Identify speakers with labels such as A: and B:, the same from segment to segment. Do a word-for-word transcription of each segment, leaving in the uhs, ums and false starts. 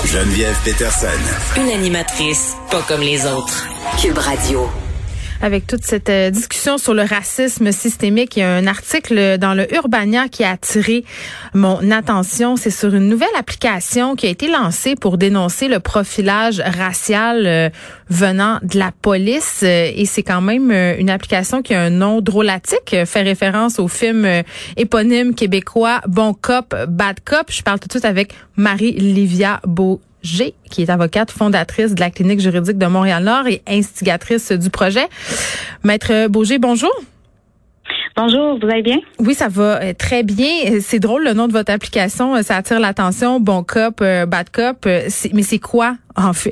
A: Geneviève Peterson.
B: Une animatrice pas comme les autres. Cube Radio.
C: Avec toute cette euh, discussion sur le racisme systémique, il y a un article dans le Urbania qui a attiré mon attention. C'est sur une nouvelle application qui a été lancée pour dénoncer le profilage racial euh, venant de la police. Euh, et c'est quand même euh, une application qui a un nom drôlatique, euh, fait référence au film euh, éponyme québécois Bon Cop, Bad Cop. Je parle tout de suite avec Marie-Livia Beau. G, qui est avocate fondatrice de la clinique juridique de Montréal-Nord et instigatrice du projet. Maître Beaugé, bonjour.
D: Bonjour, vous allez bien?
C: Oui, ça va euh, très bien. C'est drôle, le nom de votre application, ça attire l'attention. Bon Cop, euh, Bad Cop. Euh, c'est, mais c'est quoi, en fait?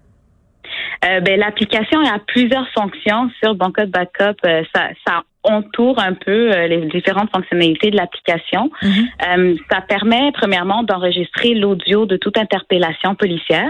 D: Euh, ben, l'application a plusieurs fonctions sur Bon Cop, Bad Cop. Euh, ça, ça entoure un peu euh, les différentes fonctionnalités de l'application. Mm-hmm. Euh, ça permet, premièrement, d'enregistrer l'audio de toute interpellation policière.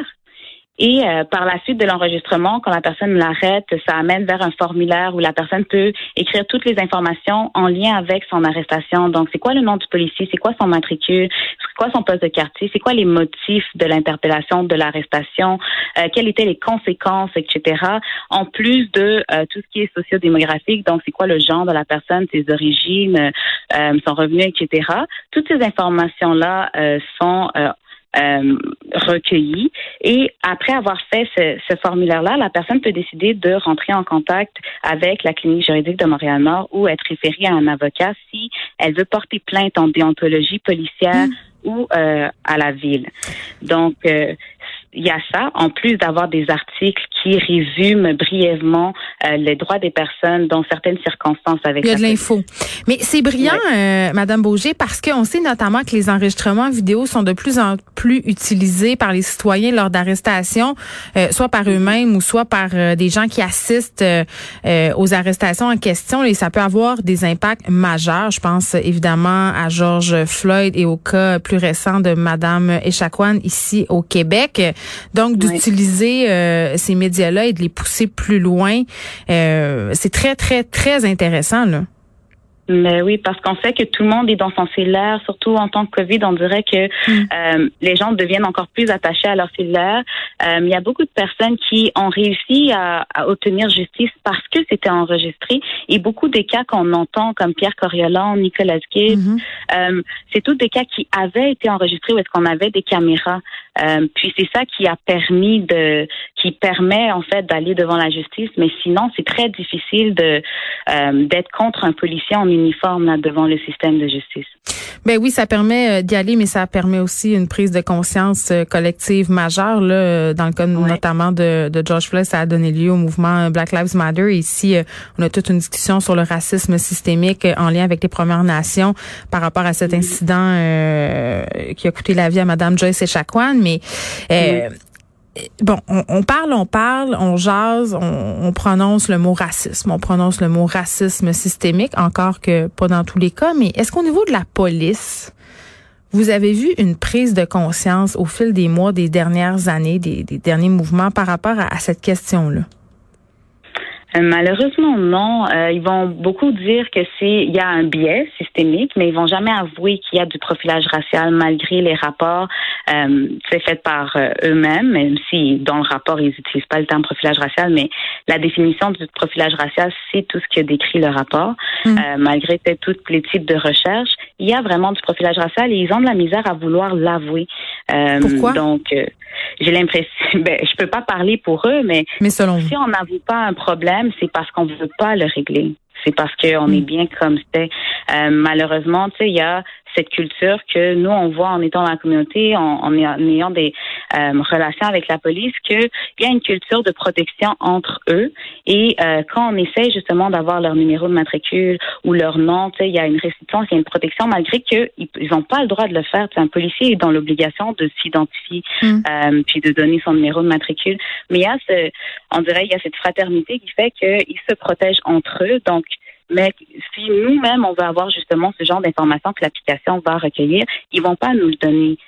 D: Et euh, par la suite de l'enregistrement, quand la personne l'arrête, ça amène vers un formulaire où la personne peut écrire toutes les informations en lien avec son arrestation. Donc, c'est quoi le nom du policier? C'est quoi son matricule? C'est quoi son poste de quartier? C'est quoi les motifs de l'interpellation, de l'arrestation? Euh, quelles étaient les conséquences, et cetera. En plus de euh, tout ce qui est sociodémographique, donc c'est quoi le genre de la personne, ses origines, euh, son revenu, et cetera. Toutes ces informations-là euh, sont euh, Euh, recueillis. Et après avoir fait ce, ce formulaire-là, la personne peut décider de rentrer en contact avec la clinique juridique de Montréal-Nord ou être référée à un avocat si elle veut porter plainte en déontologie policière mmh. ou euh, à la ville. Donc, euh, il y a ça, en plus d'avoir des articles qui résument brièvement euh, les droits des personnes dans certaines circonstances avec
C: Il y a de
D: police.
C: l'info. Mais c'est brillant, ouais. euh, Madame Beaugé, parce qu'on sait notamment que les enregistrements vidéo sont de plus en plus utilisés par les citoyens lors d'arrestations, euh, soit par eux-mêmes ou soit par euh, des gens qui assistent euh, euh, aux arrestations en question. Et ça peut avoir des impacts majeurs. Je pense évidemment à George Floyd et au cas plus récent de Madame Echaquan ici au Québec. Donc, d'utiliser euh, ces médias-là et de les pousser plus loin, euh, c'est très, très, très intéressant, là.
D: Mais oui, parce qu'on sait que tout le monde est dans son cellulaire, surtout en temps de COVID, on dirait que mm. euh, les gens deviennent encore plus attachés à leur cellulaire. Euh, il y a beaucoup de personnes qui ont réussi à, à obtenir justice parce que c'était enregistré. Et beaucoup des cas qu'on entend, comme Pierre Coriolan, Nicolas Gibbs, mm-hmm. euh, c'est tous des cas qui avaient été enregistrés où est-ce qu'on avait des caméras. Euh, puis c'est ça qui a permis de, qui permet en fait d'aller devant la justice. Mais sinon, c'est très difficile de euh, d'être contre un policier en uniforme là devant le système de justice.
C: Ben oui, ça permet d'y aller, mais ça permet aussi une prise de conscience collective majeure. Là, dans le cas ouais. notamment de, de George Floyd, ça a donné lieu au mouvement Black Lives Matter. Et ici, on a toute une discussion sur le racisme systémique en lien avec les Premières Nations par rapport à cet incident euh, qui a coûté la vie à Madame Joyce Echaquan. Mais euh, oui. Bon, on, on parle, on parle, on jase, on, on prononce le mot racisme, on prononce le mot racisme systémique, encore que pas dans tous les cas, mais est-ce qu'au niveau de la police, vous avez vu une prise de conscience au fil des mois, des dernières années, des, des derniers mouvements par rapport à, à cette question-là?
D: Malheureusement, non. Euh, ils vont beaucoup dire que c'est il y a un biais systémique, mais ils vont jamais avouer qu'il y a du profilage racial malgré les rapports euh, c'est fait par euh, eux-mêmes, même si dans le rapport ils n'utilisent pas le terme profilage racial, mais la définition du profilage racial, c'est tout ce que décrit le rapport. Mmh. Euh, malgré tous les types de recherches, il y a vraiment du profilage racial et ils ont de la misère à vouloir l'avouer. Euh,
C: Pourquoi?
D: Donc, euh, j'ai l'impression, ben, je peux pas parler pour eux, mais,
C: mais selon
D: si
C: vous.
D: on n'avoue pas un problème, c'est parce qu'on veut pas le régler. C'est parce qu'on mmh. est bien comme c'est. Euh, malheureusement, tu sais, il y a cette culture que nous, on voit en étant dans la communauté, en, en ayant des euh, relations avec la police, qu'il y a une culture de protection entre eux. Et euh, quand on essaie justement d'avoir leur numéro de matricule ou leur nom, tu sais, il y a une restriction, il y a une protection, malgré qu'ils n'ont pas le droit de le faire. T'sais, un policier est dans l'obligation de s'identifier mmh. euh, puis de donner son numéro de matricule. Mais il y a ce, on dirait, il y a cette fraternité qui fait qu'ils se protègent entre eux. Donc, mais si nous-mêmes, on veut avoir justement ce genre d'informations que l'application va recueillir, ils vont pas nous le donner.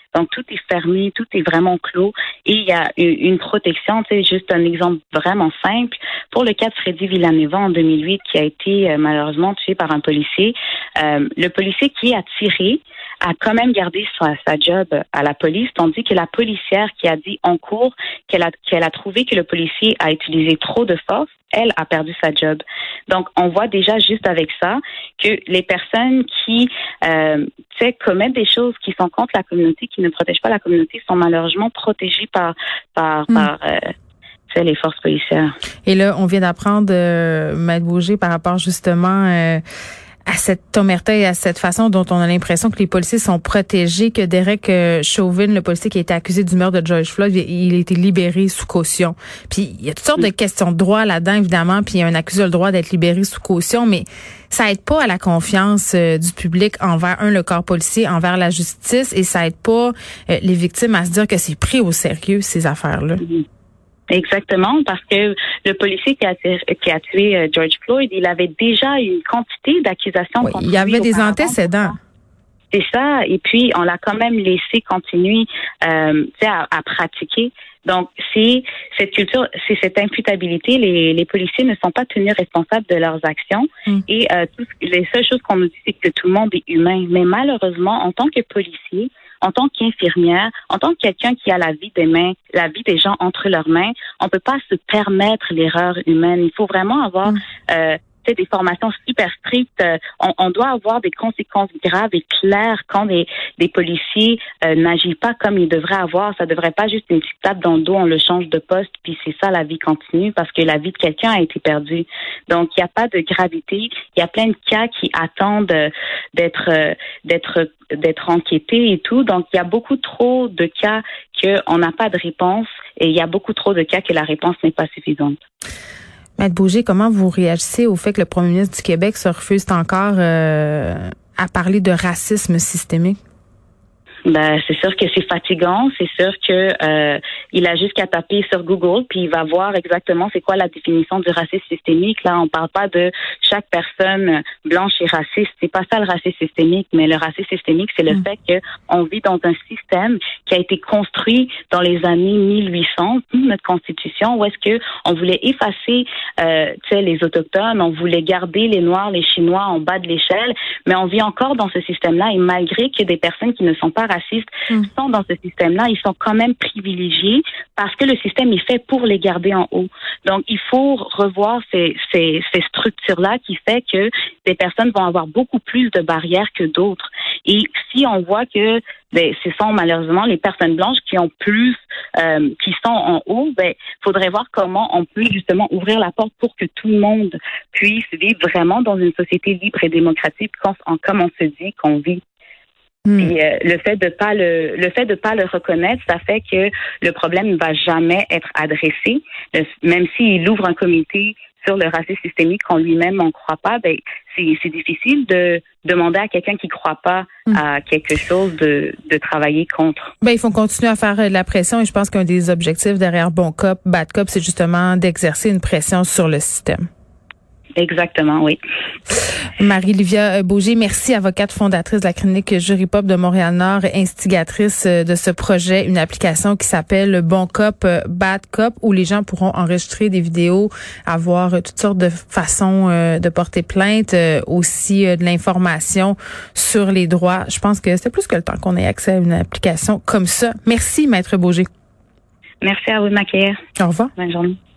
D: Donc, tout est fermé, tout est vraiment clos et il y a une protection. Tu sais, juste un exemple vraiment simple. Pour le cas de Freddy Villanueva en deux mille huit, qui a été euh, malheureusement tué par un policier, euh, le policier qui a tiré a quand même gardé sa, sa job à la police, tandis que la policière qui a dit en cours qu'elle a, qu'elle a trouvé que le policier a utilisé trop de force, elle a perdu sa job. Donc, on voit déjà juste avec ça que les personnes qui euh, tu sais, commettent des choses qui sont contre la communauté, qui ne protègent pas la communauté, sont malheureusement protégées par par, mmh. par euh, tu sais, les forces policières.
C: Et là, on vient d'apprendre, euh, Maître Bouger, par rapport justement euh, à cette omerta et à cette façon dont on a l'impression que les policiers sont protégés, que Derek Chauvin, le policier qui a été accusé du meurtre de George Floyd, il a été libéré sous caution. Puis il y a toutes sortes de questions de droit là-dedans, évidemment, puis un accusé a le droit d'être libéré sous caution, mais ça aide pas à la confiance euh, du public envers, un, le corps policier, envers la justice, et ça aide pas euh, les victimes à se dire que c'est pris au sérieux, ces affaires-là.
D: Mm-hmm. Exactement, parce que le policier qui a, qui a tué euh, George Floyd, il avait déjà une quantité d'accusations.
C: Oui, il y avait des antécédents.
D: C'est ça, et puis on l'a quand même laissé continuer euh, à, à pratiquer. Donc, c'est cette culture, c'est cette imputabilité. Les, les policiers ne sont pas tenus responsables de leurs actions. Mm. Et euh, tout, les seules choses qu'on nous dit, c'est que tout le monde est humain. Mais malheureusement, en tant que policier, en tant qu'infirmière, en tant que quelqu'un qui a la vie des mains, la vie des gens entre leurs mains, on peut pas se permettre l'erreur humaine. Il faut vraiment avoir mm. euh, des formations super strictes. On, on doit avoir des conséquences graves et claires quand des, des policiers euh, n'agissent pas comme ils devraient avoir. Ça devrait pas juste une petite tape dans le dos, on le change de poste, puis c'est ça, la vie continue, parce que la vie de quelqu'un a été perdue. Donc, il n'y a pas de gravité. Il y a plein de cas qui attendent d'être d'être d'être enquêtés et tout. Donc, il y a beaucoup trop de cas qu'on n'a pas de réponse et il y a beaucoup trop de cas que la réponse n'est pas suffisante.
C: Maître Bouger, comment vous réagissez au fait que le premier ministre du Québec se refuse encore euh, à parler de racisme systémique?
D: Ben, c'est sûr que c'est fatigant. C'est sûr que euh, il a juste qu'à taper sur Google puis il va voir exactement c'est quoi la définition du racisme systémique. Là, on parle pas de chaque personne blanche et raciste. C'est pas ça le racisme systémique. Mais le racisme systémique, c'est le mmh. fait que on vit dans un système qui a été construit dans les années mille huit cents, notre constitution, où est-ce que on voulait effacer, euh, tu sais, les autochtones, on voulait garder les Noirs, les Chinois en bas de l'échelle. Mais on vit encore dans ce système-là et malgré que des personnes qui ne sont pas racistes mmh. sont dans ce système-là, ils sont quand même privilégiés parce que le système est fait pour les garder en haut. Donc, il faut revoir ces, ces, ces structures-là qui fait que des personnes vont avoir beaucoup plus de barrières que d'autres. Et si on voit que ben, ce sont malheureusement les personnes blanches qui ont plus, euh, qui sont en haut, ben, faudrait voir comment on peut justement ouvrir la porte pour que tout le monde puisse vivre vraiment dans une société libre et démocratique comme on se dit qu'on vit. Mm. Et euh, le fait de pas le le fait de pas le reconnaître, ça fait que le problème ne va jamais être adressé. Le, même s'il ouvre un comité sur le racisme systémique qu'on lui-même n'en croit pas, ben c'est c'est difficile de demander à quelqu'un qui croit pas mm. à quelque chose de de travailler contre.
C: Ben il faut continuer à faire de la pression et je pense qu'un des objectifs derrière Bon Cop, Bad Cop, c'est justement d'exercer une pression sur le système.
D: Exactement, oui.
C: Marie-Livia Bouger, merci, avocate fondatrice de la clinique Jury-Pop de Montréal-Nord, instigatrice de ce projet, une application qui s'appelle Bon Cop, Bad Cop, où les gens pourront enregistrer des vidéos, avoir toutes sortes de façons de porter plainte, aussi de l'information sur les droits. Je pense que c'est plus que le temps qu'on ait accès à une application comme ça. Merci, Maître Bouger.
D: Merci à vous de m'accueillir.
C: Au revoir.
D: Bonne journée.